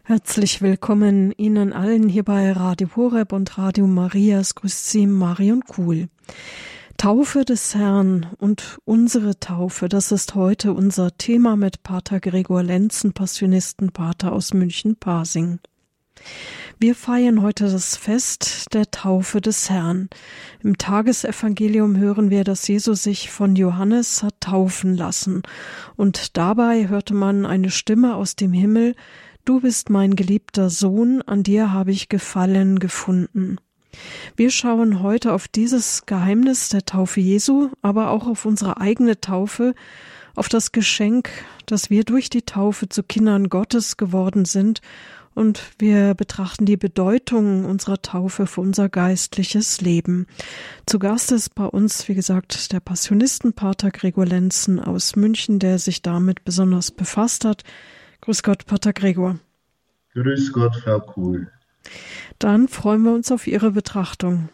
Herzlich willkommen Ihnen allen hier bei Radio Horeb und Radio Maria. Es grüßt Sie Marion Kuhl. Taufe des Herrn und unsere Taufe, das ist heute unser Thema mit Pater Gregor Lenzen, Passionistenpater aus München-Pasing. Wir feiern heute das Fest der Taufe des Herrn. Im Tagesevangelium hören wir, dass Jesus sich von Johannes hat taufen lassen. Und dabei hörte man eine Stimme aus dem Himmel: Du bist mein geliebter Sohn, an dir habe ich Gefallen gefunden. Wir schauen heute auf dieses Geheimnis der Taufe Jesu, aber auch auf unsere eigene Taufe, auf das Geschenk, dass wir durch die Taufe zu Kindern Gottes geworden sind, und wir betrachten die Bedeutung unserer Taufe für unser geistliches Leben. Zu Gast ist bei uns, wie gesagt, der Passionistenpater Gregor Lenzen aus München, der sich damit besonders befasst hat. Grüß Gott, Pater Gregor. Grüß Gott, Frau Kuhl. Dann freuen wir uns auf Ihre Betrachtung.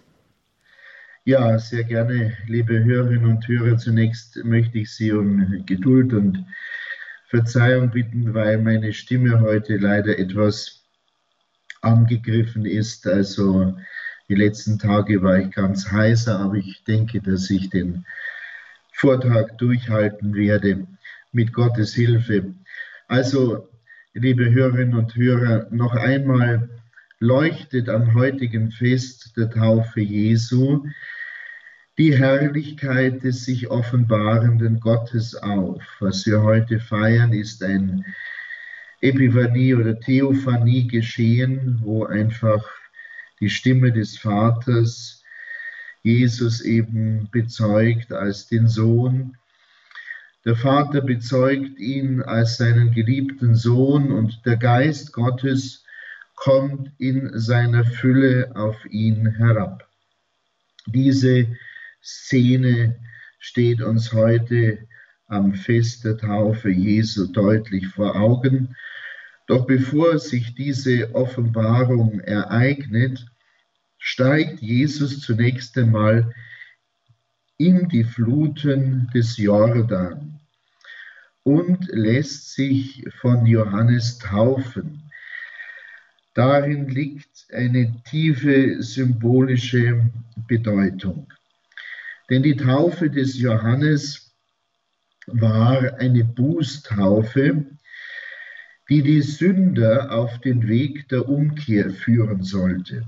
Ja, sehr gerne, liebe Hörerinnen und Hörer. Zunächst möchte ich Sie um Geduld und Verzeihung bitten, weil meine Stimme heute leider etwas angegriffen ist. Also die letzten Tage war ich ganz heiser, aber ich denke, dass ich den Vortrag durchhalten werde mit Gottes Hilfe. Also, liebe Hörerinnen und Hörer, noch einmal leuchtet am heutigen Fest der Taufe Jesu die Herrlichkeit des sich offenbarenden Gottes auf. Was wir heute feiern, ist ein Epiphanie oder Theophanie geschehen, wo einfach die Stimme des Vaters Jesus eben bezeugt als den Sohn. Der Vater bezeugt ihn als seinen geliebten Sohn und der Geist Gottes kommt in seiner Fülle auf ihn herab. Diese Szene steht uns heute am Fest der Taufe Jesu deutlich vor Augen. Doch bevor sich diese Offenbarung ereignet, steigt Jesus zunächst einmal in die Fluten des Jordan und lässt sich von Johannes taufen. Darin liegt eine tiefe symbolische Bedeutung. Denn die Taufe des Johannes war eine Bußtaufe, die die Sünder auf den Weg der Umkehr führen sollte.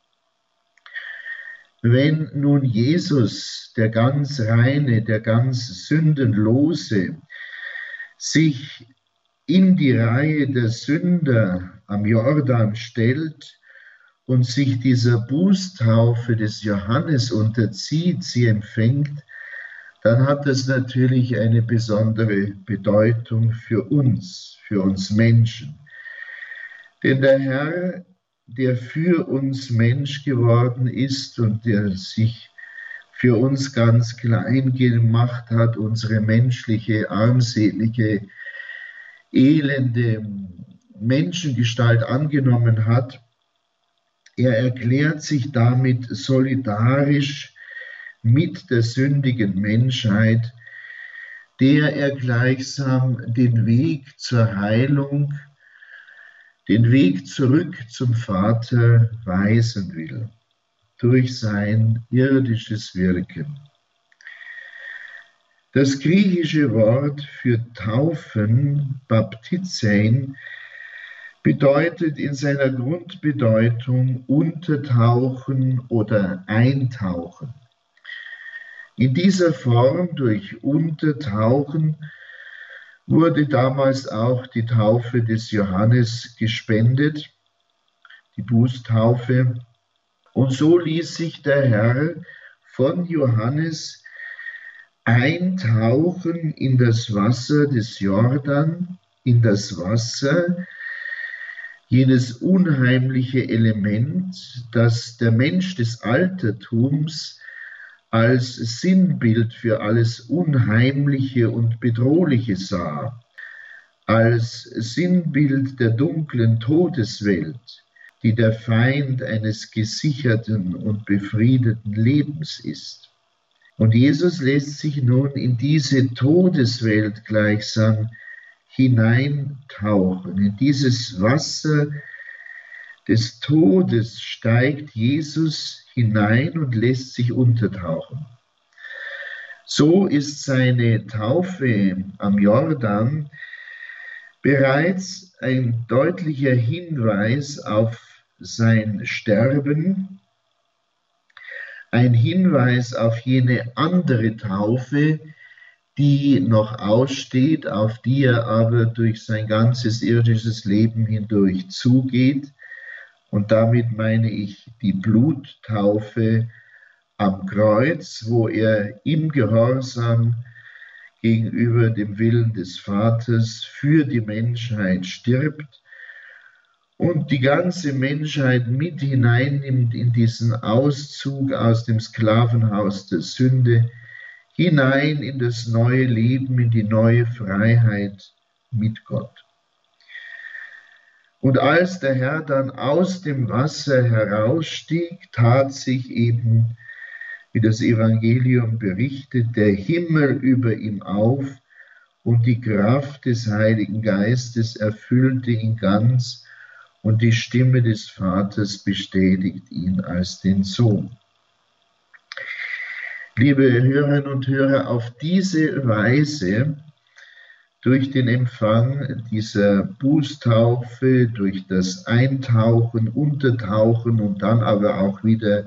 Wenn nun Jesus, der ganz reine, der ganz sündenlose, sich in die Reihe der Sünder am Jordan stellt und sich dieser Bußtaufe des Johannes unterzieht, sie empfängt, dann hat das natürlich eine besondere Bedeutung für uns Menschen. Denn der Herr, der für uns Mensch geworden ist und der sich für uns ganz klein gemacht hat, unsere menschliche, armselige, elende Menschengestalt angenommen hat, er erklärt sich damit solidarisch mit der sündigen Menschheit, der er gleichsam den Weg zur Heilung, den Weg zurück zum Vater weisen will, durch sein irdisches Wirken. Das griechische Wort für Taufen, Baptizein, bedeutet in seiner Grundbedeutung untertauchen oder eintauchen. In dieser Form durch Untertauchen wurde damals auch die Taufe des Johannes gespendet, die Bußtaufe. Und so ließ sich der Herr von Johannes eintauchen in das Wasser des Jordan, in das Wasser, jenes unheimliche Element, das der Mensch des Altertums als Sinnbild für alles Unheimliche und Bedrohliche sah, als Sinnbild der dunklen Todeswelt, die der Feind eines gesicherten und befriedeten Lebens ist. Und Jesus lässt sich nun in diese Todeswelt gleichsam hineintauchen. In dieses Wasser des Todes steigt Jesus hinein und lässt sich untertauchen. So ist seine Taufe am Jordan bereits ein deutlicher Hinweis auf sein Sterben, ein Hinweis auf jene andere Taufe, die noch aussteht, auf die er aber durch sein ganzes irdisches Leben hindurch zugeht. Und damit meine ich die Bluttaufe am Kreuz, wo er im Gehorsam gegenüber dem Willen des Vaters für die Menschheit stirbt und die ganze Menschheit mit hineinnimmt in diesen Auszug aus dem Sklavenhaus der Sünde, hinein in das neue Leben, in die neue Freiheit mit Gott. Und als der Herr dann aus dem Wasser herausstieg, tat sich eben, wie das Evangelium berichtet, der Himmel über ihm auf und die Kraft des Heiligen Geistes erfüllte ihn ganz und die Stimme des Vaters bestätigt ihn als den Sohn. Liebe Hörerinnen und Hörer, auf diese Weise, durch den Empfang dieser Bußtaufe, durch das Eintauchen, Untertauchen und dann aber auch wieder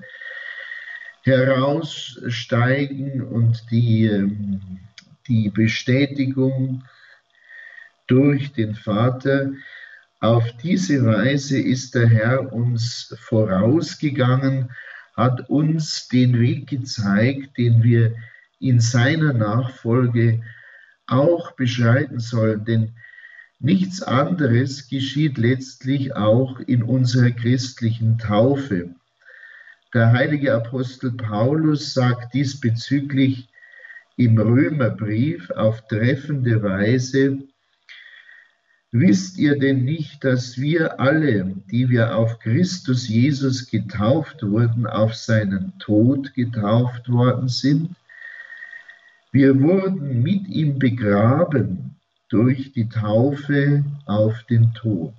heraussteigen und die Bestätigung durch den Vater, auf diese Weise ist der Herr uns vorausgegangen, hat uns den Weg gezeigt, den wir in seiner Nachfolge auch beschreiten sollen, denn nichts anderes geschieht letztlich auch in unserer christlichen Taufe. Der heilige Apostel Paulus sagt diesbezüglich im Römerbrief auf treffende Weise: Wisst ihr denn nicht, dass wir alle, die wir auf Christus Jesus getauft wurden, auf seinen Tod getauft worden sind? Wir wurden mit ihm begraben durch die Taufe auf den Tod.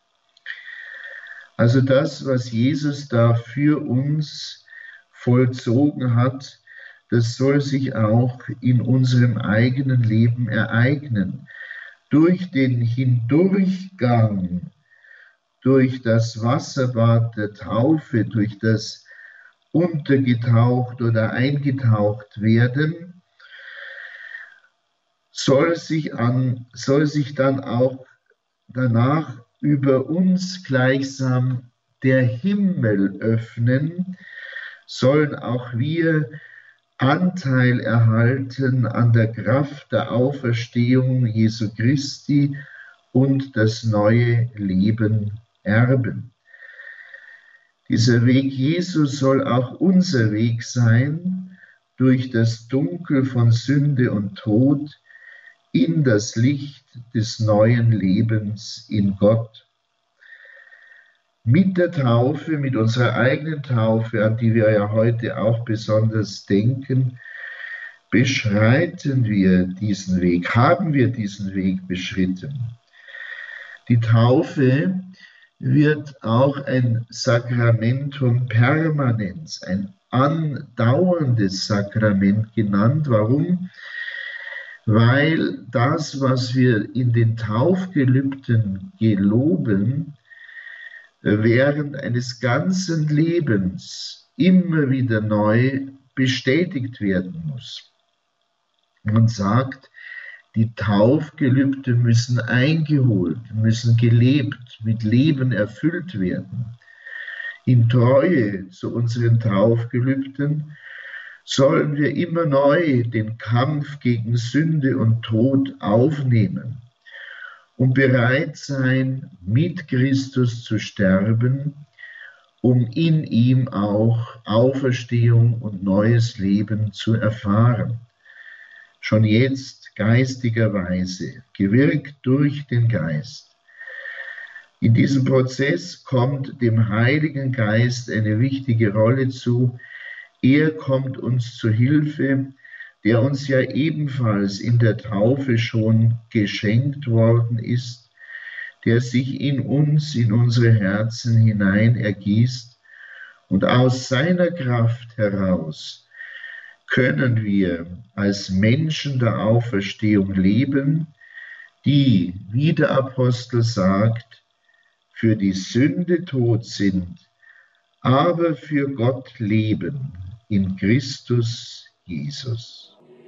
Also das, was Jesus da für uns vollzogen hat, das soll sich auch in unserem eigenen Leben ereignen. Durch den Hindurchgang, durch das Wasserbad der Taufe, durch das untergetaucht oder eingetaucht werden, soll sich dann auch danach über uns gleichsam der Himmel öffnen, sollen auch wir Anteil erhalten an der Kraft der Auferstehung Jesu Christi und das neue Leben erben. Dieser Weg Jesu soll auch unser Weg sein, durch das Dunkel von Sünde und Tod in das Licht des neuen Lebens in Gott. Mit der Taufe, mit unserer eigenen Taufe, an die wir ja heute auch besonders denken, beschreiten wir diesen Weg, haben wir diesen Weg beschritten. Die Taufe wird auch ein Sakramentum permanens, ein andauerndes Sakrament genannt. Warum? Weil das, was wir in den Taufgelübden geloben, während eines ganzen Lebens immer wieder neu bestätigt werden muss. Man sagt, die Taufgelübde müssen eingeholt, müssen gelebt, mit Leben erfüllt werden. In Treue zu unseren Taufgelübden sollen wir immer neu den Kampf gegen Sünde und Tod aufnehmen und bereit sein, mit Christus zu sterben, um in ihm auch Auferstehung und neues Leben zu erfahren. Schon jetzt geistigerweise, gewirkt durch den Geist. In diesem Prozess kommt dem Heiligen Geist eine wichtige Rolle zu. Er kommt uns zu Hilfe, der uns ja ebenfalls in der Taufe schon geschenkt worden ist, der sich in uns, in unsere Herzen hinein ergießt, und aus seiner Kraft heraus können wir als Menschen der Auferstehung leben, die, wie der Apostel sagt, für die Sünde tot sind, aber für Gott leben in Christus Jesus.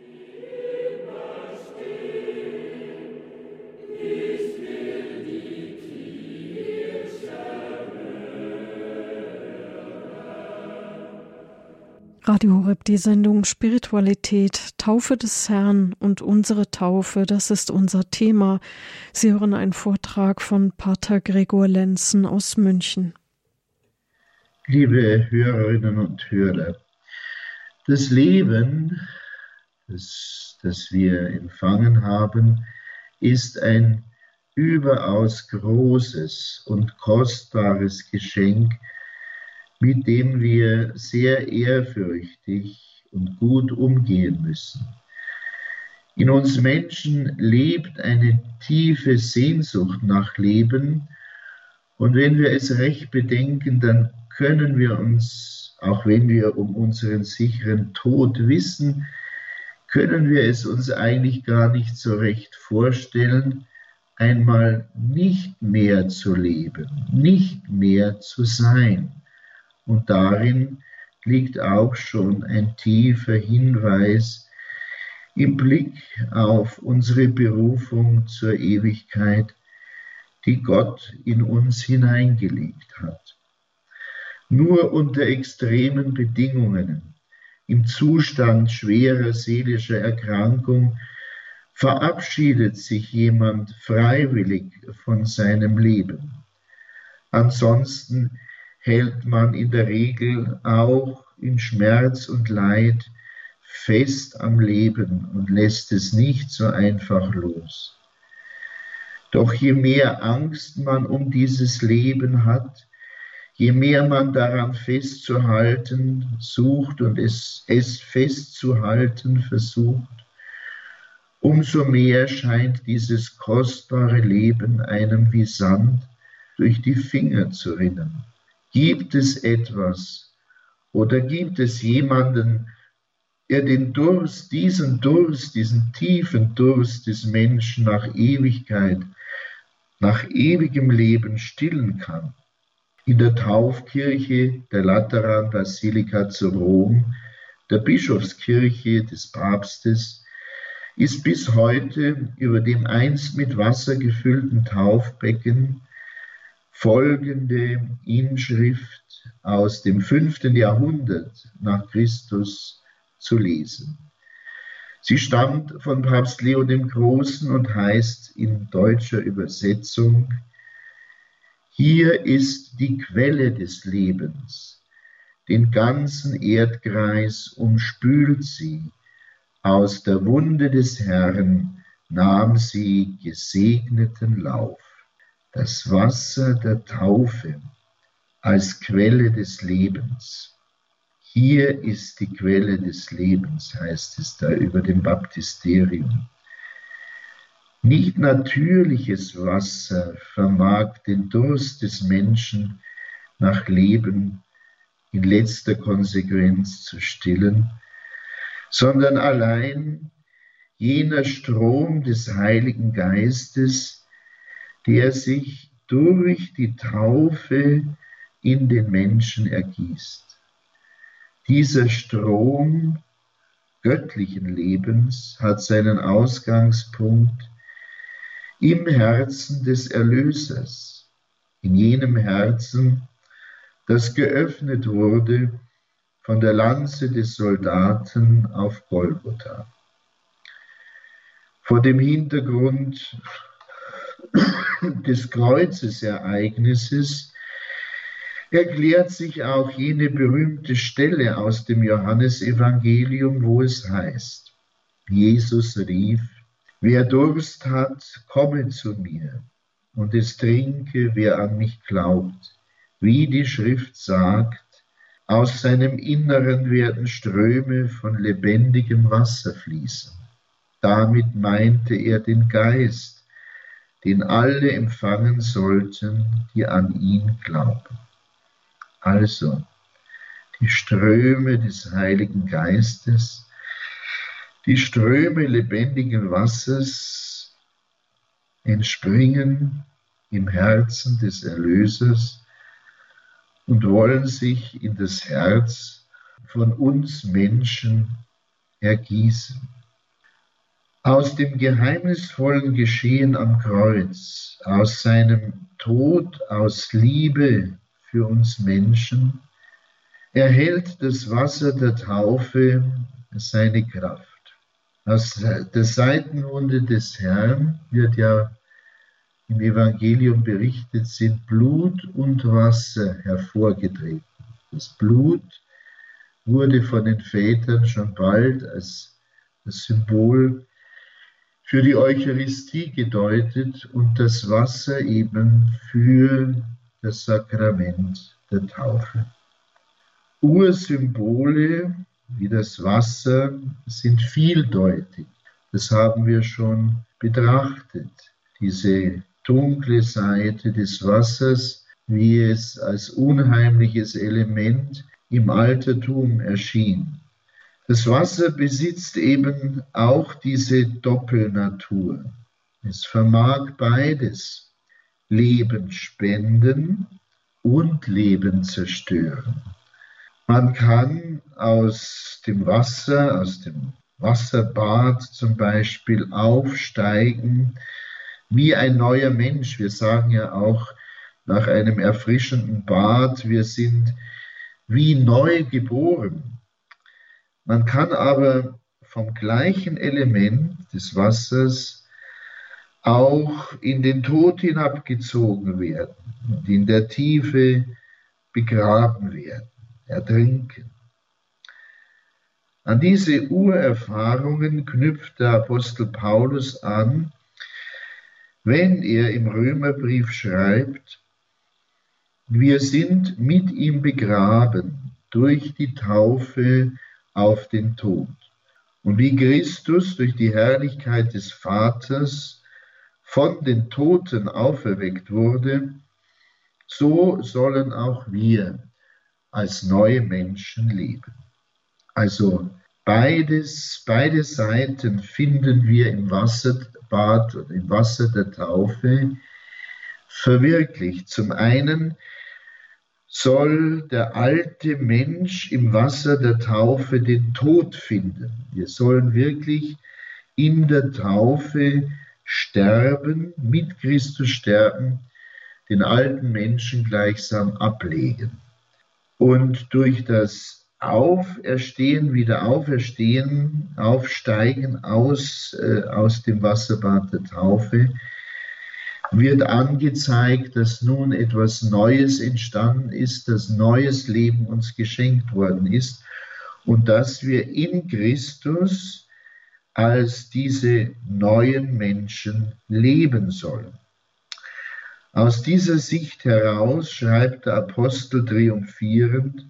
Radio Horeb, die Sendung Spiritualität, Taufe des Herrn und unsere Taufe, das ist unser Thema. Sie hören einen Vortrag von Pater Gregor Lenzen aus München. Liebe Hörerinnen und Hörer, das Leben, das wir empfangen haben, ist ein überaus großes und kostbares Geschenk, mit dem wir sehr ehrfürchtig und gut umgehen müssen. In uns Menschen lebt eine tiefe Sehnsucht nach Leben, und wenn wir es recht bedenken, dann können wir uns, auch wenn wir um unseren sicheren Tod wissen, können wir es uns eigentlich gar nicht so recht vorstellen, einmal nicht mehr zu leben, nicht mehr zu sein. Und darin liegt auch schon ein tiefer Hinweis im Blick auf unsere Berufung zur Ewigkeit, die Gott in uns hineingelegt hat. Nur unter extremen Bedingungen, im Zustand schwerer seelischer Erkrankung, verabschiedet sich jemand freiwillig von seinem Leben. Ansonsten hält man in der Regel auch in Schmerz und Leid fest am Leben und lässt es nicht so einfach los. Doch je mehr Angst man um dieses Leben hat, je mehr man daran festzuhalten sucht und es festzuhalten versucht, umso mehr scheint dieses kostbare Leben einem wie Sand durch die Finger zu rinnen. Gibt es etwas oder gibt es jemanden, der den Durst, diesen tiefen Durst des Menschen nach Ewigkeit, nach ewigem Leben stillen kann? In der Taufkirche der Lateranbasilika zu Rom, der Bischofskirche des Papstes, ist bis heute über dem einst mit Wasser gefüllten Taufbecken folgende Inschrift aus dem 5. Jahrhundert nach Christus zu lesen. Sie stammt von Papst Leo dem Großen und heißt in deutscher Übersetzung: Hier ist die Quelle des Lebens, den ganzen Erdkreis umspült sie, aus der Wunde des Herrn nahm sie gesegneten Lauf. Das Wasser der Taufe als Quelle des Lebens. Hier ist die Quelle des Lebens, heißt es da über dem Baptisterium. Nicht natürliches Wasser vermag den Durst des Menschen nach Leben in letzter Konsequenz zu stillen, sondern allein jener Strom des Heiligen Geistes, der sich durch die Taufe in den Menschen ergießt. Dieser Strom göttlichen Lebens hat seinen Ausgangspunkt im Herzen des Erlösers, in jenem Herzen, das geöffnet wurde von der Lanze des Soldaten auf Golgotha. Vor dem Hintergrund des Kreuzesereignisses erklärt sich auch jene berühmte Stelle aus dem Johannesevangelium, wo es heißt: Jesus rief: Wer Durst hat, komme zu mir, und es trinke, wer an mich glaubt. Wie die Schrift sagt: Aus seinem Inneren werden Ströme von lebendigem Wasser fließen. Damit meinte er den Geist, den alle empfangen sollten, die an ihn glauben. Also, die Ströme des Heiligen Geistes, die Ströme lebendigen Wassers entspringen im Herzen des Erlösers und wollen sich in das Herz von uns Menschen ergießen. Aus dem geheimnisvollen Geschehen am Kreuz, aus seinem Tod, aus Liebe für uns Menschen, erhält das Wasser der Taufe seine Kraft. Aus der Seitenwunde des Herrn wird ja im Evangelium berichtet, sind Blut und Wasser hervorgetreten. Das Blut wurde von den Vätern schon bald als das Symbol für die Eucharistie gedeutet und das Wasser eben für das Sakrament der Taufe. Ursymbole wie das Wasser sind vieldeutig. Das haben wir schon betrachtet. Diese dunkle Seite des Wassers, wie es als unheimliches Element im Altertum erschien. Das Wasser besitzt eben auch diese Doppelnatur. Es vermag beides, Leben spenden und Leben zerstören. Man kann aus dem Wasserbad zum Beispiel aufsteigen wie ein neuer Mensch. Wir sagen ja auch nach einem erfrischenden Bad, wir sind wie neu geboren. Man kann aber vom gleichen Element des Wassers auch in den Tod hinabgezogen werden und in der Tiefe begraben werden, ertrinken. An diese Urerfahrungen knüpft der Apostel Paulus an, wenn er im Römerbrief schreibt, wir sind mit ihm begraben durch die Taufe auf den Tod. Und wie Christus durch die Herrlichkeit des Vaters von den Toten auferweckt wurde, so sollen auch wir als neue Menschen leben. Also beide Seiten finden wir im Wasserbad oder im Wasser der Taufe verwirklicht. Zum einen soll der alte Mensch im Wasser der Taufe den Tod finden. Wir sollen wirklich in der Taufe sterben, mit Christus sterben, den alten Menschen gleichsam ablegen. Und durch das Auferstehen, wieder auferstehen, aufsteigen aus dem Wasserbad der Taufe, wird angezeigt, dass nun etwas Neues entstanden ist, dass neues Leben uns geschenkt worden ist und dass wir in Christus als diese neuen Menschen leben sollen. Aus dieser Sicht heraus schreibt der Apostel triumphierend,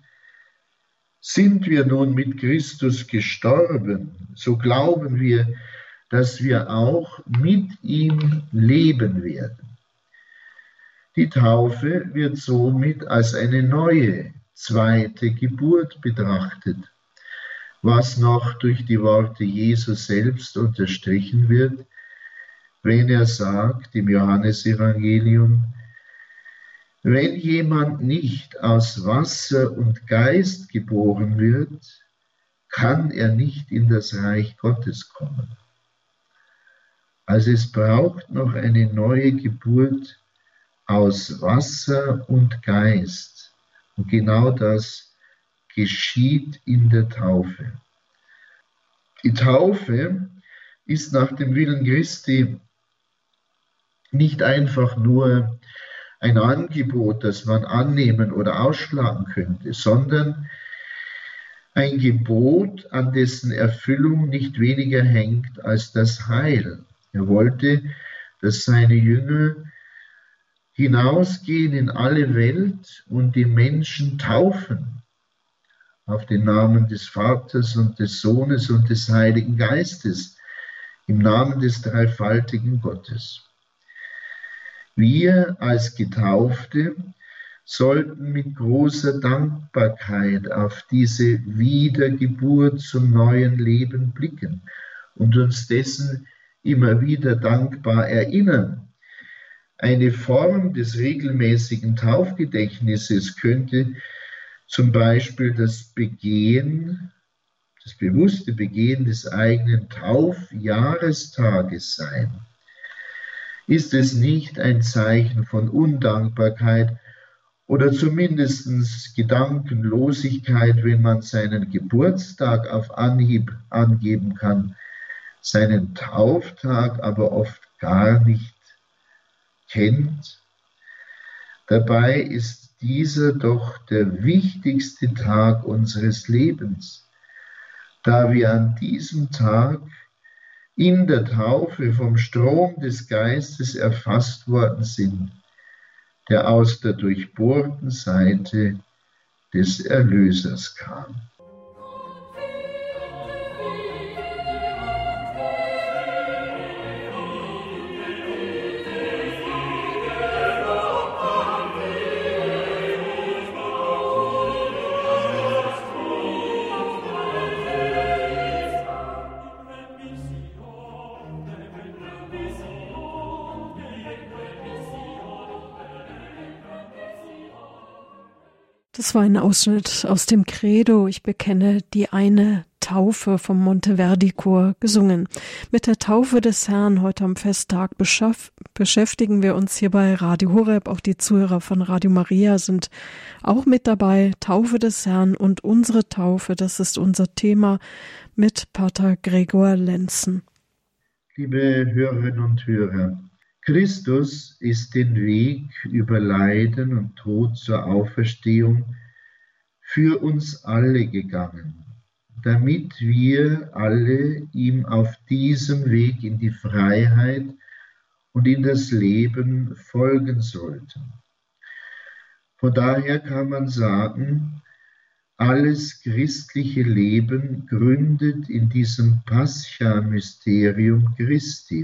sind wir nun mit Christus gestorben, so glauben wir, dass wir auch mit ihm leben werden. Die Taufe wird somit als eine neue, zweite Geburt betrachtet, was noch durch die Worte Jesu selbst unterstrichen wird, wenn er sagt im Johannesevangelium, wenn jemand nicht aus Wasser und Geist geboren wird, kann er nicht in das Reich Gottes kommen. Also es braucht noch eine neue Geburt aus Wasser und Geist. Und genau das geschieht in der Taufe. Die Taufe ist nach dem Willen Christi nicht einfach nur ein Angebot, das man annehmen oder ausschlagen könnte, sondern ein Gebot, an dessen Erfüllung nicht weniger hängt als das Heil. Er wollte, dass seine Jünger hinausgehen in alle Welt und die Menschen taufen. auf den Namen des Vaters und des Sohnes und des Heiligen Geistes, im Namen des dreifaltigen Gottes. Wir als Getaufte sollten mit großer Dankbarkeit auf diese Wiedergeburt zum neuen Leben blicken und uns dessen immer wieder dankbar erinnern. Eine Form des regelmäßigen Taufgedächtnisses könnte zum Beispiel das bewusste Begehen des eigenen Taufjahrestages sein. Ist es nicht ein Zeichen von Undankbarkeit oder zumindest Gedankenlosigkeit, wenn man seinen Geburtstag auf Anhieb angeben kann, seinen Tauftag aber oft gar nicht kennt? Dabei ist dieser doch der wichtigste Tag unseres Lebens, da wir an diesem Tag in der Taufe vom Strom des Geistes erfasst worden sind, der aus der durchbohrten Seite des Erlösers kam. Das war ein Ausschnitt aus dem Credo, ich bekenne die eine Taufe vom Monteverdi-Chor gesungen. Mit der Taufe des Herrn heute am Festtag beschäftigen wir uns hier bei Radio Horeb. Auch die Zuhörer von Radio Maria sind auch mit dabei. Taufe des Herrn und unsere Taufe, das ist unser Thema mit Pater Gregor Lenzen. Liebe Hörerinnen und Hörer, Christus ist den Weg über Leiden und Tod zur Auferstehung für uns alle gegangen, damit wir alle ihm auf diesem Weg in die Freiheit und in das Leben folgen sollten. Von daher kann man sagen, alles christliche Leben gründet in diesem Pascha-Mysterium Christi.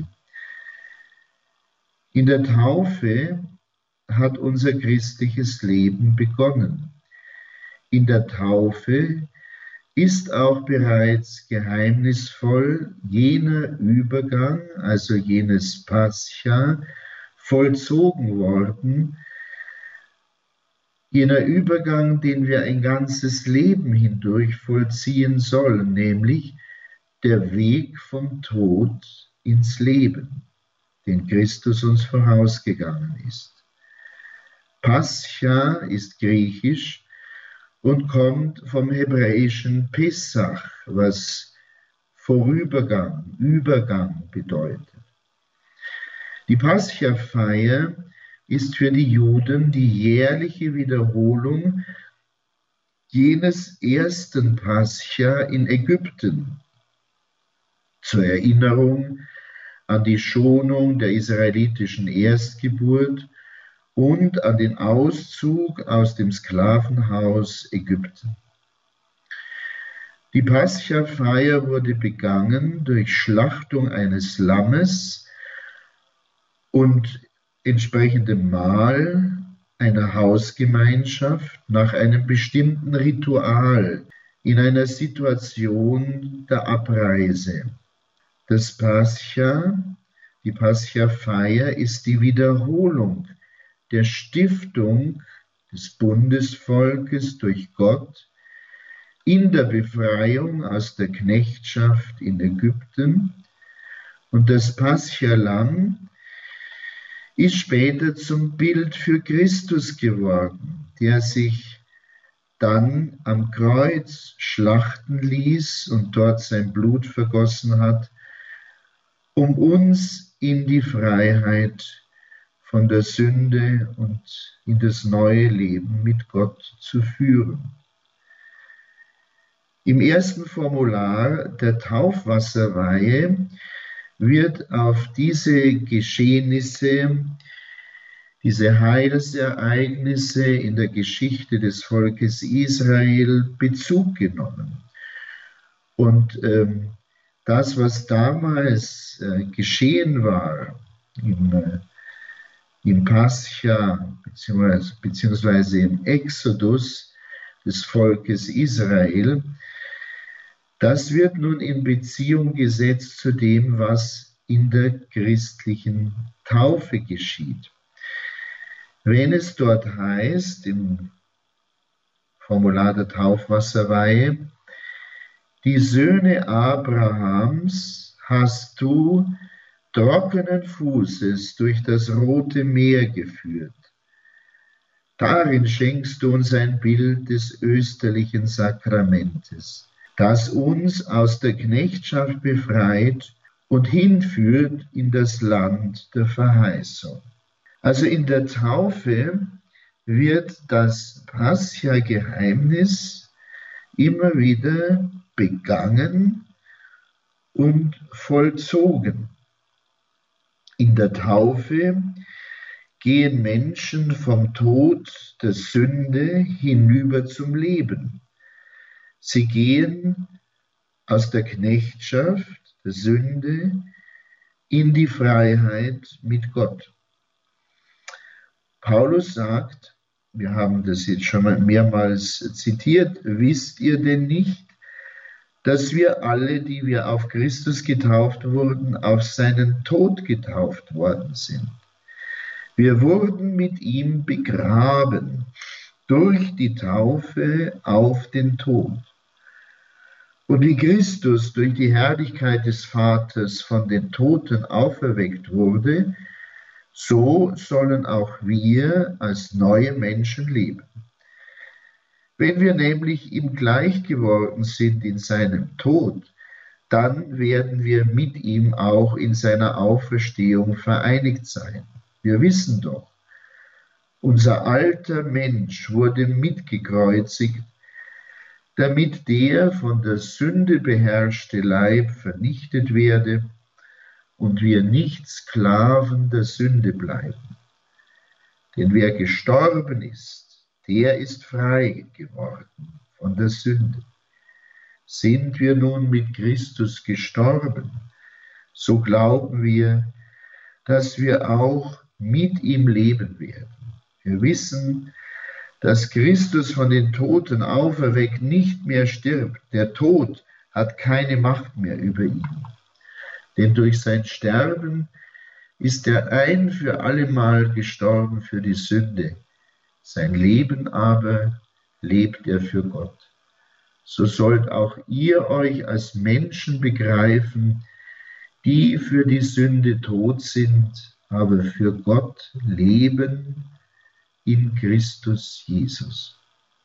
In der Taufe hat unser christliches Leben begonnen. In der Taufe ist auch bereits geheimnisvoll jener Übergang, also jenes Pascha, vollzogen worden. Jener Übergang, den wir ein ganzes Leben hindurch vollziehen sollen, nämlich der Weg vom Tod ins Leben, den Christus uns vorausgegangen ist. Pascha ist griechisch und kommt vom hebräischen Pessach, was Vorübergang, Übergang bedeutet. Die Pascha-Feier ist für die Juden die jährliche Wiederholung jenes ersten Pascha in Ägypten. Zur Erinnerung an die Schonung der israelitischen Erstgeburt und an den Auszug aus dem Sklavenhaus Ägypten. Die Pascha-Feier wurde begangen durch Schlachtung eines Lammes und entsprechendem Mahl einer Hausgemeinschaft nach einem bestimmten Ritual in einer Situation der Abreise. Das Pascha, die Pascha-Feier, ist die Wiederholung der Stiftung des Bundesvolkes durch Gott in der Befreiung aus der Knechtschaft in Ägypten. Und das Pascha-Lamm ist später zum Bild für Christus geworden, der sich dann am Kreuz schlachten ließ und dort sein Blut vergossen hat, um uns in die Freiheit von der Sünde und in das neue Leben mit Gott zu führen. Im ersten Formular der Taufwasserweihe wird auf diese Geschehnisse, diese Heilsereignisse in der Geschichte des Volkes Israel Bezug genommen. Und das, was damals geschehen war im Pascha beziehungsweise im Exodus des Volkes Israel, das wird nun in Beziehung gesetzt zu dem, was in der christlichen Taufe geschieht. Wenn es dort heißt, im Formular der Taufwasserweihe, die Söhne Abrahams hast du trockenen Fußes durch das Rote Meer geführt. Darin schenkst du uns ein Bild des österlichen Sakramentes, das uns aus der Knechtschaft befreit und hinführt in das Land der Verheißung. Also in der Taufe wird das Pascha-Geheimnis immer wieder begangen und vollzogen. In der Taufe gehen Menschen vom Tod der Sünde hinüber zum Leben. Sie gehen aus der Knechtschaft der Sünde in die Freiheit mit Gott. Paulus sagt, wir haben das jetzt schon mal mehrmals zitiert, wisst ihr denn nicht, dass wir alle, die wir auf Christus getauft wurden, auf seinen Tod getauft worden sind? Wir wurden mit ihm begraben durch die Taufe auf den Tod. Und wie Christus durch die Herrlichkeit des Vaters von den Toten auferweckt wurde, so sollen auch wir als neue Menschen leben. Wenn wir nämlich ihm gleich geworden sind in seinem Tod, dann werden wir mit ihm auch in seiner Auferstehung vereinigt sein. Wir wissen doch, unser alter Mensch wurde mitgekreuzigt, damit der von der Sünde beherrschte Leib vernichtet werde und wir nicht Sklaven der Sünde bleiben. Denn wer gestorben ist, der ist frei geworden von der Sünde. Sind wir nun mit Christus gestorben, so glauben wir, dass wir auch mit ihm leben werden. Wir wissen, dass Christus von den Toten auferweckt nicht mehr stirbt. Der Tod hat keine Macht mehr über ihn. Denn durch sein Sterben ist er ein für allemal gestorben für die Sünde. Sein Leben aber lebt er für Gott. So sollt auch ihr euch als Menschen begreifen, die für die Sünde tot sind, aber für Gott leben in Christus Jesus.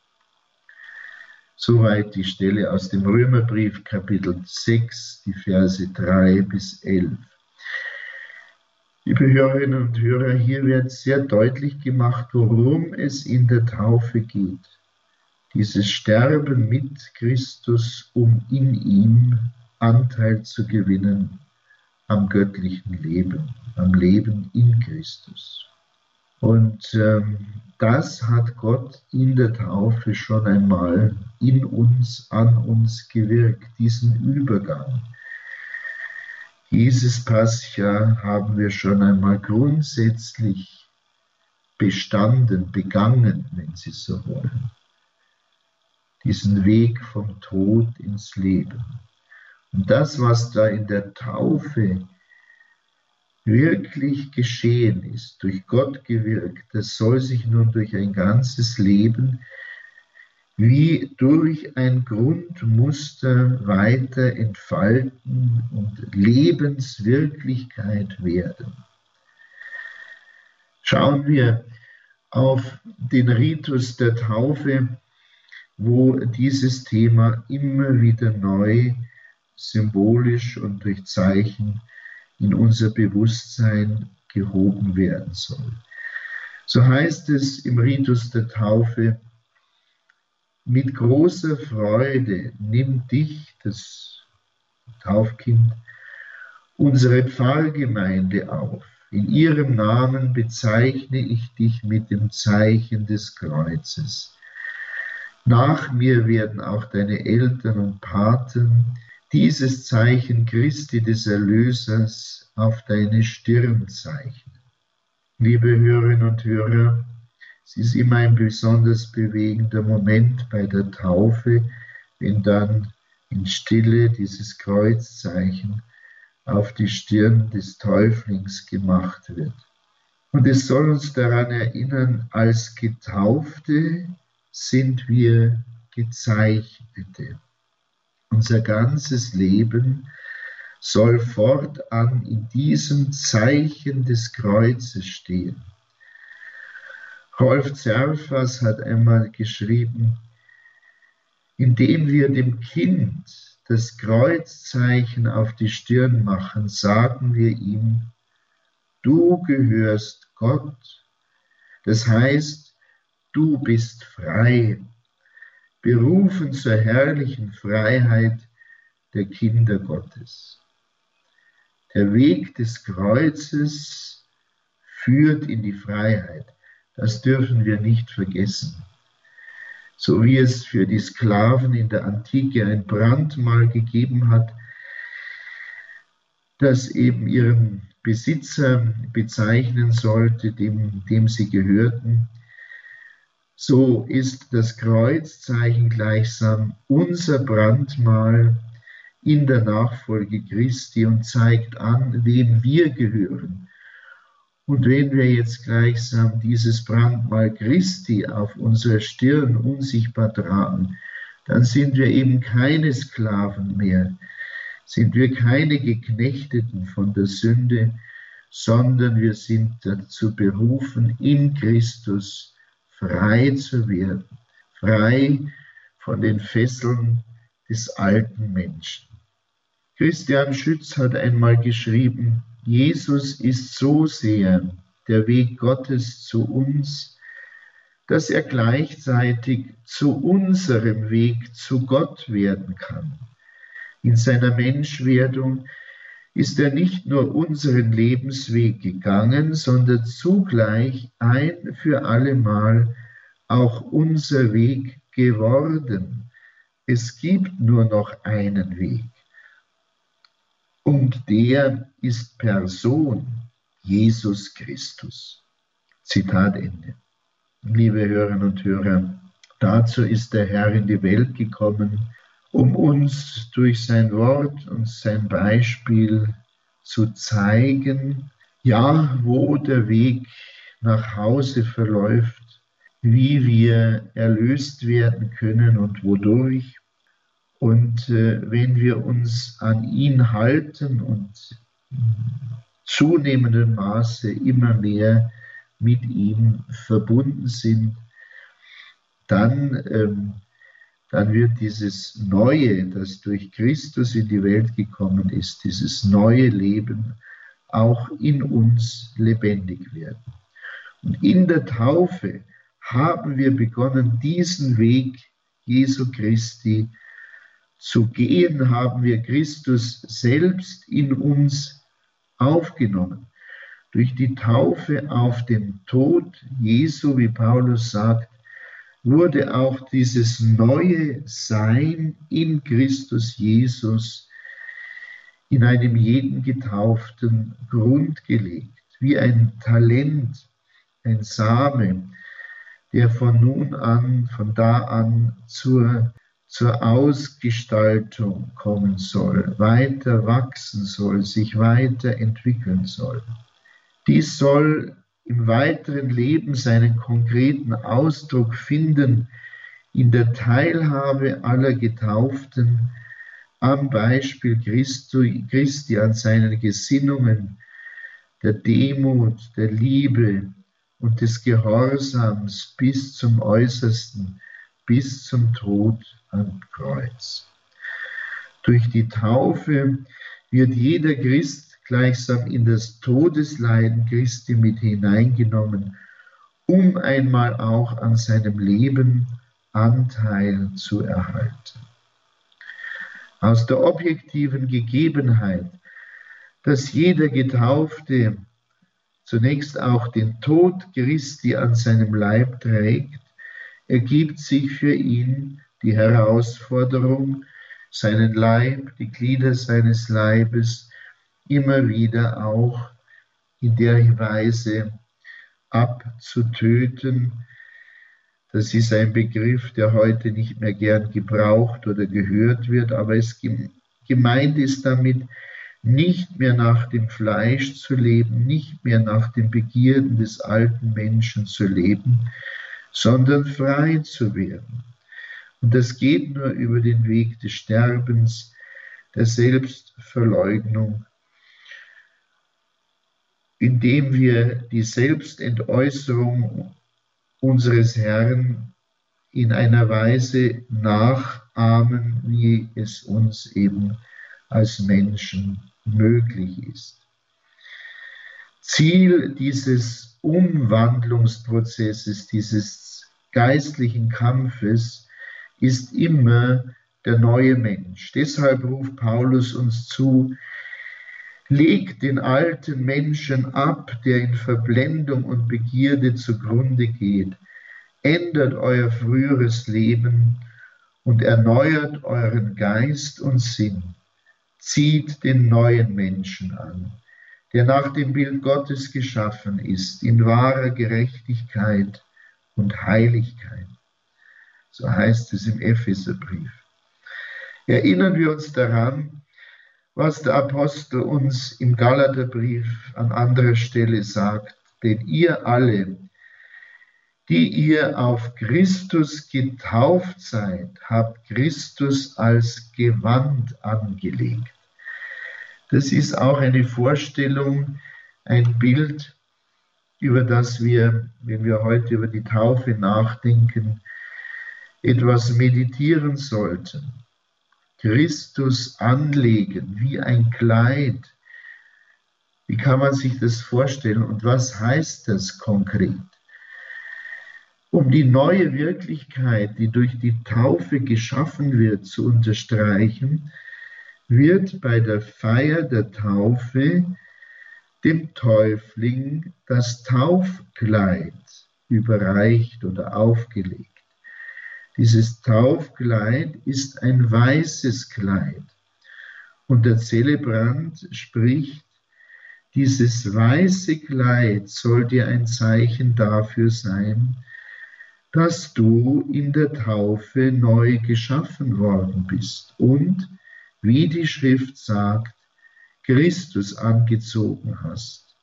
Soweit die Stelle aus dem Römerbrief, Kapitel 6, die Verse 3 bis 11. Liebe Hörerinnen und Hörer, hier wird sehr deutlich gemacht, worum es in der Taufe geht. Dieses Sterben mit Christus, um in ihm Anteil zu gewinnen am göttlichen Leben, am Leben in Christus. Und das hat Gott in der Taufe schon einmal in uns, an uns gewirkt, diesen Übergang. Dieses Pascha haben wir schon einmal grundsätzlich bestanden, begangen, wenn Sie so wollen. Diesen Weg vom Tod ins Leben. Und das, was da in der Taufe wirklich geschehen ist, durch Gott gewirkt, das soll sich nun durch ein ganzes Leben wie durch ein Grundmuster weiter entfalten und Lebenswirklichkeit werden. Schauen wir auf den Ritus der Taufe, wo dieses Thema immer wieder neu, symbolisch und durch Zeichen in unser Bewusstsein gehoben werden soll. So heißt es im Ritus der Taufe: Mit großer Freude nimmt dich, das Taufkind, unsere Pfarrgemeinde auf. In ihrem Namen bezeichne ich dich mit dem Zeichen des Kreuzes. Nach mir werden auch deine Eltern und Paten dieses Zeichen Christi des Erlösers auf deine Stirn zeichnen. Liebe Hörerinnen und Hörer, es ist immer ein besonders bewegender Moment bei der Taufe, wenn dann in Stille dieses Kreuzzeichen auf die Stirn des Täuflings gemacht wird. Und es soll uns daran erinnern, als Getaufte sind wir Gezeichnete. Unser ganzes Leben soll fortan in diesem Zeichen des Kreuzes stehen. Rolf Zerfas hat einmal geschrieben, indem wir dem Kind das Kreuzzeichen auf die Stirn machen, sagen wir ihm, du gehörst Gott, das heißt, du bist frei, berufen zur herrlichen Freiheit der Kinder Gottes. Der Weg des Kreuzes führt in die Freiheit. Das dürfen wir nicht vergessen. So wie es für die Sklaven in der Antike ein Brandmal gegeben hat, das eben ihren Besitzer bezeichnen sollte, dem sie gehörten, so ist das Kreuzzeichen gleichsam unser Brandmal in der Nachfolge Christi und zeigt an, wem wir gehören. Und wenn wir jetzt gleichsam dieses Brandmal Christi auf unserer Stirn unsichtbar tragen, dann sind wir eben keine Sklaven mehr, sind wir keine Geknechteten von der Sünde, sondern wir sind dazu berufen, in Christus frei zu werden, frei von den Fesseln des alten Menschen. Christian Schütz hat einmal geschrieben, Jesus ist so sehr der Weg Gottes zu uns, dass er gleichzeitig zu unserem Weg zu Gott werden kann. In seiner Menschwerdung ist er nicht nur unseren Lebensweg gegangen, sondern zugleich ein für allemal auch unser Weg geworden. Es gibt nur noch einen Weg. Und der ist Person, Jesus Christus. Zitat Ende. Liebe Hörerinnen und Hörer, dazu ist der Herr in die Welt gekommen, um uns durch sein Wort und sein Beispiel zu zeigen, ja, wo der Weg nach Hause verläuft, wie wir erlöst werden können und wodurch. Und wenn wir uns an ihn halten und zunehmendem Maße immer mehr mit ihm verbunden sind, dann wird dieses Neue, das durch Christus in die Welt gekommen ist, dieses neue Leben auch in uns lebendig werden. Und in der Taufe haben wir begonnen, diesen Weg Jesu Christi zu gehen, haben wir Christus selbst in uns aufgenommen. Durch die Taufe auf den Tod Jesu, wie Paulus sagt, wurde auch dieses neue Sein in Christus Jesus in einem jeden Getauften grundgelegt, wie ein Talent, ein Same, der von da an zur Ausgestaltung kommen soll, weiter wachsen soll, sich weiterentwickeln soll. Dies soll im weiteren Leben seinen konkreten Ausdruck finden in der Teilhabe aller Getauften am Beispiel Christi, an seinen Gesinnungen, der Demut, der Liebe und des Gehorsams bis zum Äußersten, bis zum Tod am Kreuz. Durch die Taufe wird jeder Christ gleichsam in das Todesleiden Christi mit hineingenommen, um einmal auch an seinem Leben Anteil zu erhalten. Aus der objektiven Gegebenheit, dass jeder Getaufte zunächst auch den Tod Christi an seinem Leib trägt, ergibt sich für ihn die Herausforderung, seinen Leib, die Glieder seines Leibes immer wieder auch in der Weise abzutöten. Das ist ein Begriff, der heute nicht mehr gern gebraucht oder gehört wird, aber gemeint ist damit, nicht mehr nach dem Fleisch zu leben, nicht mehr nach den Begierden des alten Menschen zu leben, sondern frei zu werden. Und das geht nur über den Weg des Sterbens, der Selbstverleugnung, indem wir die Selbstentäußerung unseres Herrn in einer Weise nachahmen, wie es uns eben als Menschen möglich ist. Ziel dieses Umwandlungsprozesses, dieses geistlichen Kampfes ist immer der neue Mensch. Deshalb ruft Paulus uns zu: Legt den alten Menschen ab, der in Verblendung und Begierde zugrunde geht. Ändert euer früheres Leben und erneuert euren Geist und Sinn. Zieht den neuen Menschen an, der nach dem Bild Gottes geschaffen ist, in wahrer Gerechtigkeit und Heiligkeit. So heißt es im Epheserbrief. Erinnern wir uns daran, was der Apostel uns im Galaterbrief an anderer Stelle sagt: Denn ihr alle, die ihr auf Christus getauft seid, habt Christus als Gewand angelegt. Das ist auch eine Vorstellung, ein Bild, über das wir, wenn wir heute über die Taufe nachdenken, etwas meditieren sollten. Christus anlegen, wie ein Kleid. Wie kann man sich das vorstellen und was heißt das konkret? Um die neue Wirklichkeit, die durch die Taufe geschaffen wird, zu unterstreichen, wird bei der Feier der Taufe dem Täufling das Taufkleid überreicht oder aufgelegt. Dieses Taufkleid ist ein weißes Kleid und der Zelebrant spricht: Dieses weiße Kleid soll dir ein Zeichen dafür sein, dass du in der Taufe neu geschaffen worden bist und, wie die Schrift sagt, Christus angezogen hast.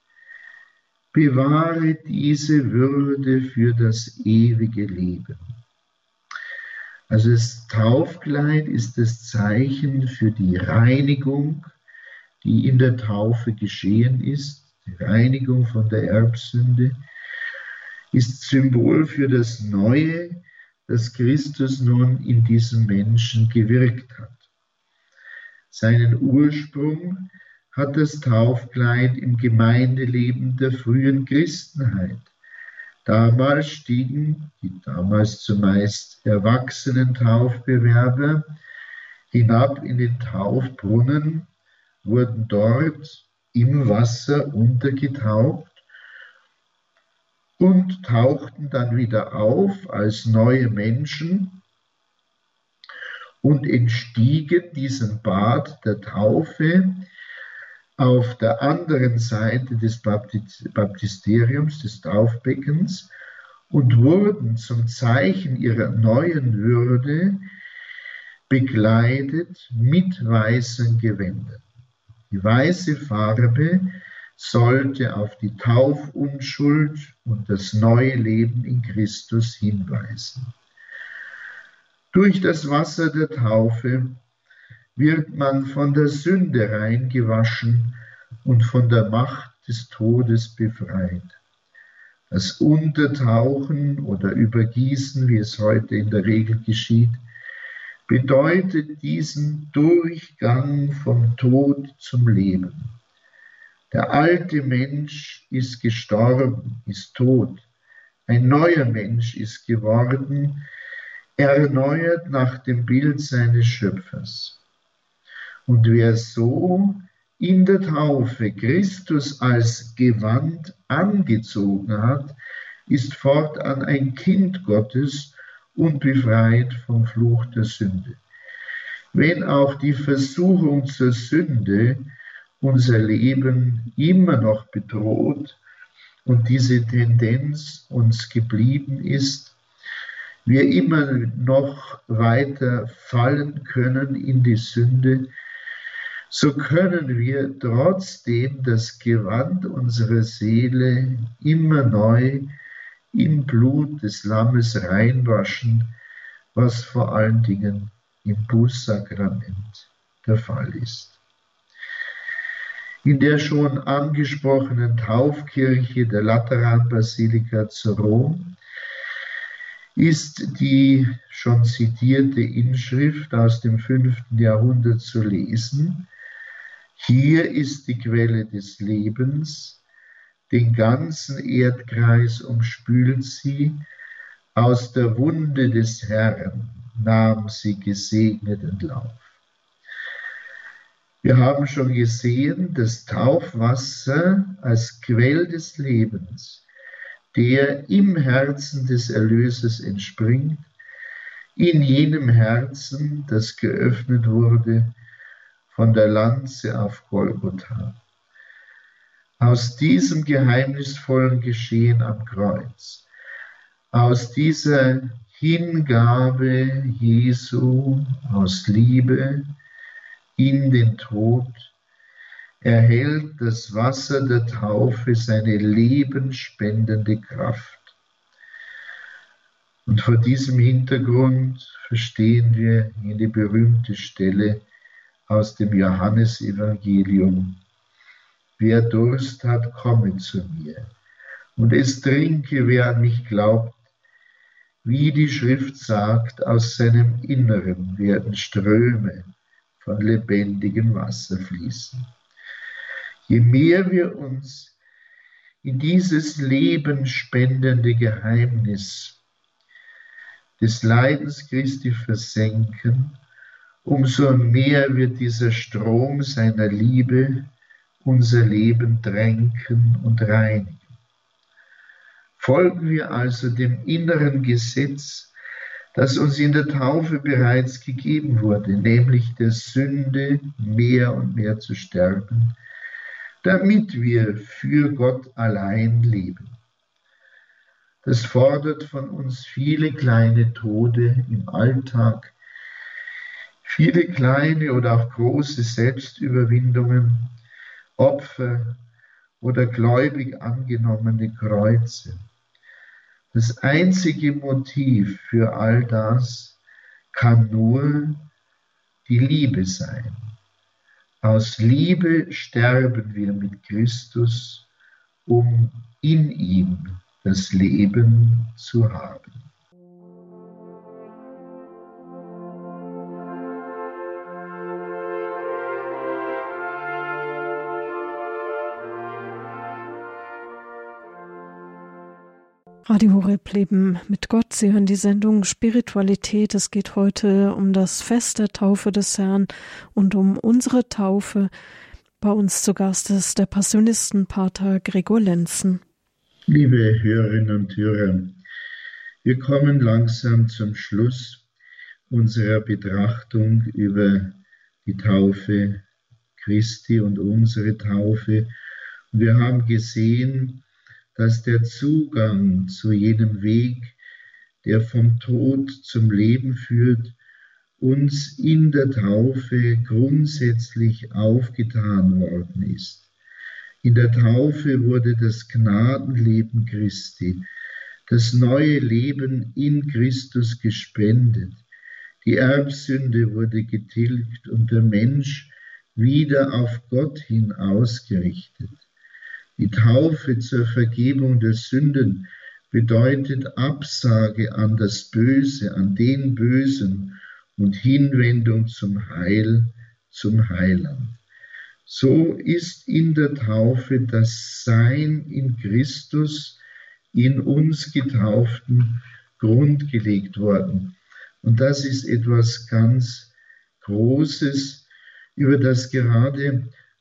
Bewahre diese Würde für das ewige Leben. Also das Taufkleid ist das Zeichen für die Reinigung, die in der Taufe geschehen ist. Die Reinigung von der Erbsünde ist Symbol für das Neue, das Christus nun in diesem Menschen gewirkt hat. Seinen Ursprung hat das Taufkleid im Gemeindeleben der frühen Christenheit. Damals stiegen die damals zumeist erwachsenen Taufbewerber hinab in den Taufbrunnen, wurden dort im Wasser untergetaucht und tauchten dann wieder auf als neue Menschen und entstiegen diesem Bad der Taufe auf der anderen Seite des Baptisteriums, des Taufbeckens, und wurden zum Zeichen ihrer neuen Würde bekleidet mit weißen Gewändern. Die weiße Farbe sollte auf die Taufunschuld und das neue Leben in Christus hinweisen. Durch das Wasser der Taufe wird man von der Sünde reingewaschen und von der Macht des Todes befreit. Das Untertauchen oder Übergießen, wie es heute in der Regel geschieht, bedeutet diesen Durchgang vom Tod zum Leben. Der alte Mensch ist gestorben, ist tot. Ein neuer Mensch ist geworden, erneuert nach dem Bild seines Schöpfers. Und wer so in der Taufe Christus als Gewand angezogen hat, ist fortan ein Kind Gottes und befreit vom Fluch der Sünde. Wenn auch die Versuchung zur Sünde unser Leben immer noch bedroht und diese Tendenz uns geblieben ist, wir immer noch weiter fallen können in die Sünde, so können wir trotzdem das Gewand unserer Seele immer neu im Blut des Lammes reinwaschen, was vor allen Dingen im Bußsakrament der Fall ist. In der schon angesprochenen Taufkirche der Lateranbasilika zu Rom ist die schon zitierte Inschrift aus dem 5. Jahrhundert zu lesen: Hier ist die Quelle des Lebens, den ganzen Erdkreis umspült sie, aus der Wunde des Herrn nahm sie gesegneten Lauf. Wir haben schon gesehen, das Taufwasser als Quell des Lebens, der im Herzen des Erlösers entspringt, in jenem Herzen, das geöffnet wurde von der Lanze auf Golgotha. Aus diesem geheimnisvollen Geschehen am Kreuz, aus dieser Hingabe Jesu aus Liebe in den Tod, erhält das Wasser der Taufe seine lebensspendende Kraft. Und vor diesem Hintergrund verstehen wir jene berühmte Stelle aus dem Johannesevangelium: Wer Durst hat, komme zu mir, und es trinke, wer an mich glaubt. Wie die Schrift sagt, aus seinem Inneren werden Ströme von lebendigem Wasser fließen. Je mehr wir uns in dieses lebensspendende Geheimnis des Leidens Christi versenken, umso mehr wird dieser Strom seiner Liebe unser Leben tränken und reinigen. Folgen wir also dem inneren Gesetz, das uns in der Taufe bereits gegeben wurde, nämlich der Sünde mehr und mehr zu sterben, damit wir für Gott allein leben. Das fordert von uns viele kleine Tode im Alltag, viele kleine oder auch große Selbstüberwindungen, Opfer oder gläubig angenommene Kreuze. Das einzige Motiv für all das kann nur die Liebe sein. Aus Liebe sterben wir mit Christus, um in ihm das Leben zu haben. Radio Horeb Leben mit Gott. Sie hören die Sendung Spiritualität. Es geht heute um das Fest der Taufe des Herrn und um unsere Taufe. Bei uns zu Gast ist der Passionistenpater Gregor Lenzen. Liebe Hörerinnen und Hörer, wir kommen langsam zum Schluss unserer Betrachtung über die Taufe Christi und unsere Taufe. Und wir haben gesehen, dass der Zugang zu jenem Weg, der vom Tod zum Leben führt, uns in der Taufe grundsätzlich aufgetan worden ist. In der Taufe wurde das Gnadenleben Christi, das neue Leben in Christus gespendet. Die Erbsünde wurde getilgt und der Mensch wieder auf Gott hin ausgerichtet. Die Taufe zur Vergebung der Sünden bedeutet Absage an das Böse, an den Bösen und Hinwendung zum Heil, zum Heiland. So ist in der Taufe das Sein in Christus, in uns Getauften, grundgelegt worden. Und das ist etwas ganz Großes, über das gerade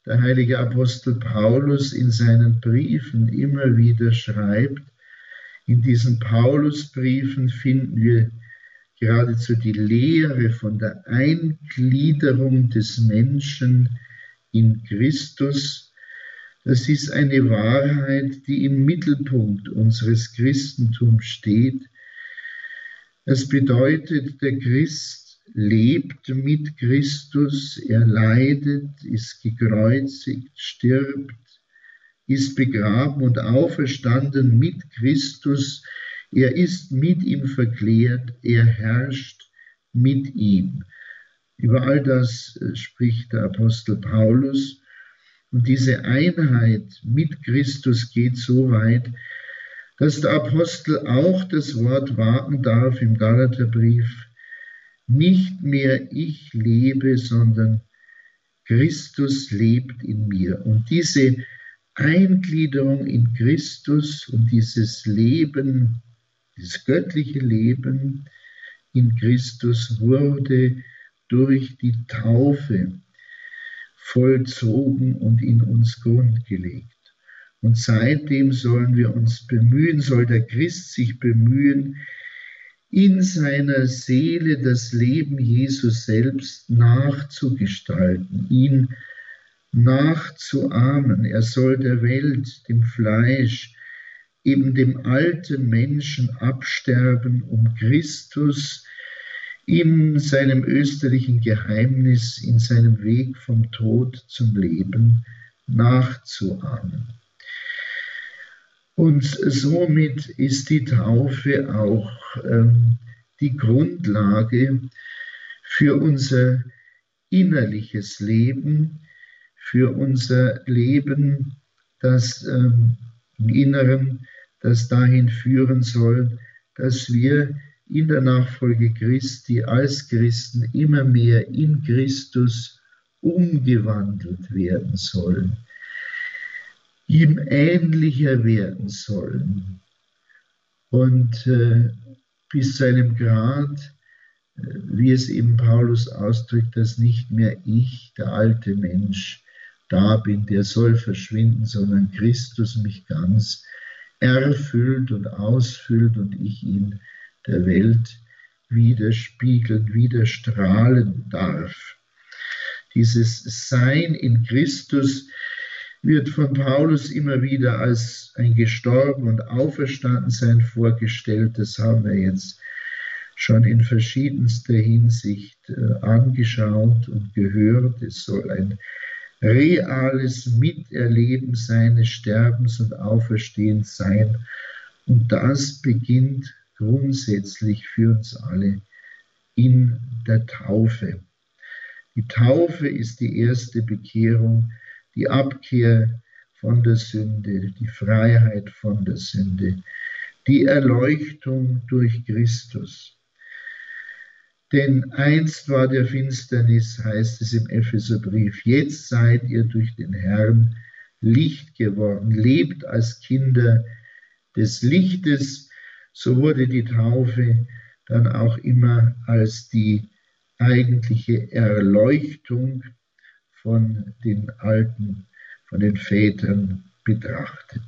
der heilige Apostel Paulus in seinen Briefen immer wieder schreibt. In diesen Paulusbriefen finden wir geradezu die Lehre von der Eingliederung des Menschen in Christus. Das ist eine Wahrheit, die im Mittelpunkt unseres Christentums steht. Das bedeutet, der Christ lebt mit Christus, er leidet, ist gekreuzigt, stirbt, ist begraben und auferstanden mit Christus. Er ist mit ihm verklärt, er herrscht mit ihm. Über all das spricht der Apostel Paulus. Und diese Einheit mit Christus geht so weit, dass der Apostel auch das Wort wagen darf im Galaterbrief: Nicht mehr ich lebe, sondern Christus lebt in mir. Und diese Eingliederung in Christus und dieses Leben, dieses göttliche Leben in Christus wurde durch die Taufe vollzogen und in uns grundgelegt. Und seitdem sollen wir uns bemühen, soll der Christ sich bemühen, in seiner Seele das Leben Jesus selbst nachzugestalten, ihn nachzuahmen. Er soll der Welt, dem Fleisch, eben dem alten Menschen absterben, um Christus in seinem österlichen Geheimnis, in seinem Weg vom Tod zum Leben nachzuahmen. Und somit ist die Taufe auch die Grundlage für unser innerliches Leben, für unser Leben, das im Inneren, das dahin führen soll, dass wir in der Nachfolge Christi als Christen immer mehr in Christus umgewandelt werden sollen, ihm ähnlicher werden sollen und bis zu einem Grad, wie es eben Paulus ausdrückt, dass nicht mehr ich, der alte Mensch, da bin, der soll verschwinden, sondern Christus mich ganz erfüllt und ausfüllt und ich ihn der Welt widerspiegeln, widerstrahlen darf. Dieses Sein in Christus wird von Paulus immer wieder als ein gestorben und auferstanden sein vorgestellt. Das haben wir jetzt schon in verschiedenster Hinsicht angeschaut und gehört. Es soll ein reales Miterleben seines Sterbens und Auferstehens sein. Und das beginnt grundsätzlich für uns alle in der Taufe. Die Taufe ist die erste Bekehrung, die Abkehr von der Sünde, die Freiheit von der Sünde, die Erleuchtung durch Christus. Denn einst war der Finsternis, heißt es im Epheserbrief, jetzt seid ihr durch den Herrn Licht geworden, lebt als Kinder des Lichtes. So wurde die Taufe dann auch immer als die eigentliche Erleuchtung von den Alten, von den Vätern betrachtet.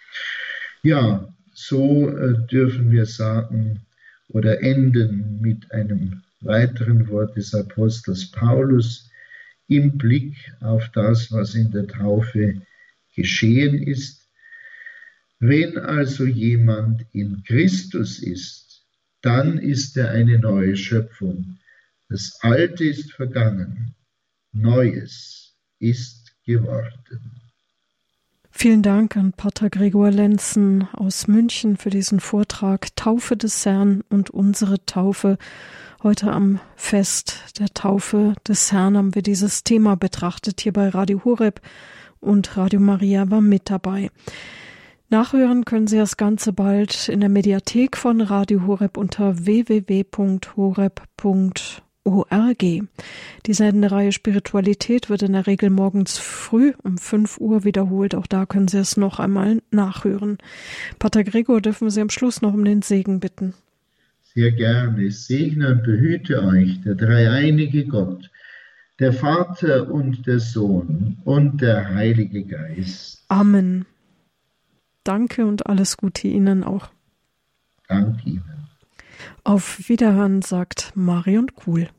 Ja, so dürfen wir sagen oder enden mit einem weiteren Wort des Apostels Paulus im Blick auf das, was in der Taufe geschehen ist. Wenn also jemand in Christus ist, dann ist er eine neue Schöpfung. Das Alte ist vergangen, Neues ist geworden. Vielen Dank an Pater Gregor Lenzen aus München für diesen Vortrag Taufe des Herrn und unsere Taufe. Heute am Fest der Taufe des Herrn haben wir dieses Thema betrachtet hier bei Radio Horeb und Radio Maria war mit dabei. Nachhören können Sie das Ganze bald in der Mediathek von Radio Horeb unter www.horeb.org. Die Sendereihe Spiritualität wird in der Regel morgens früh um 5 Uhr wiederholt. Auch da können Sie es noch einmal nachhören. Pater Gregor, dürfen Sie am Schluss noch um den Segen bitten? Sehr gerne. Segne und behüte euch der dreieinige Gott, der Vater und der Sohn und der Heilige Geist. Amen. Danke und alles Gute Ihnen auch. Danke Ihnen. Auf Wiederhören, sagt Marion Kuhl.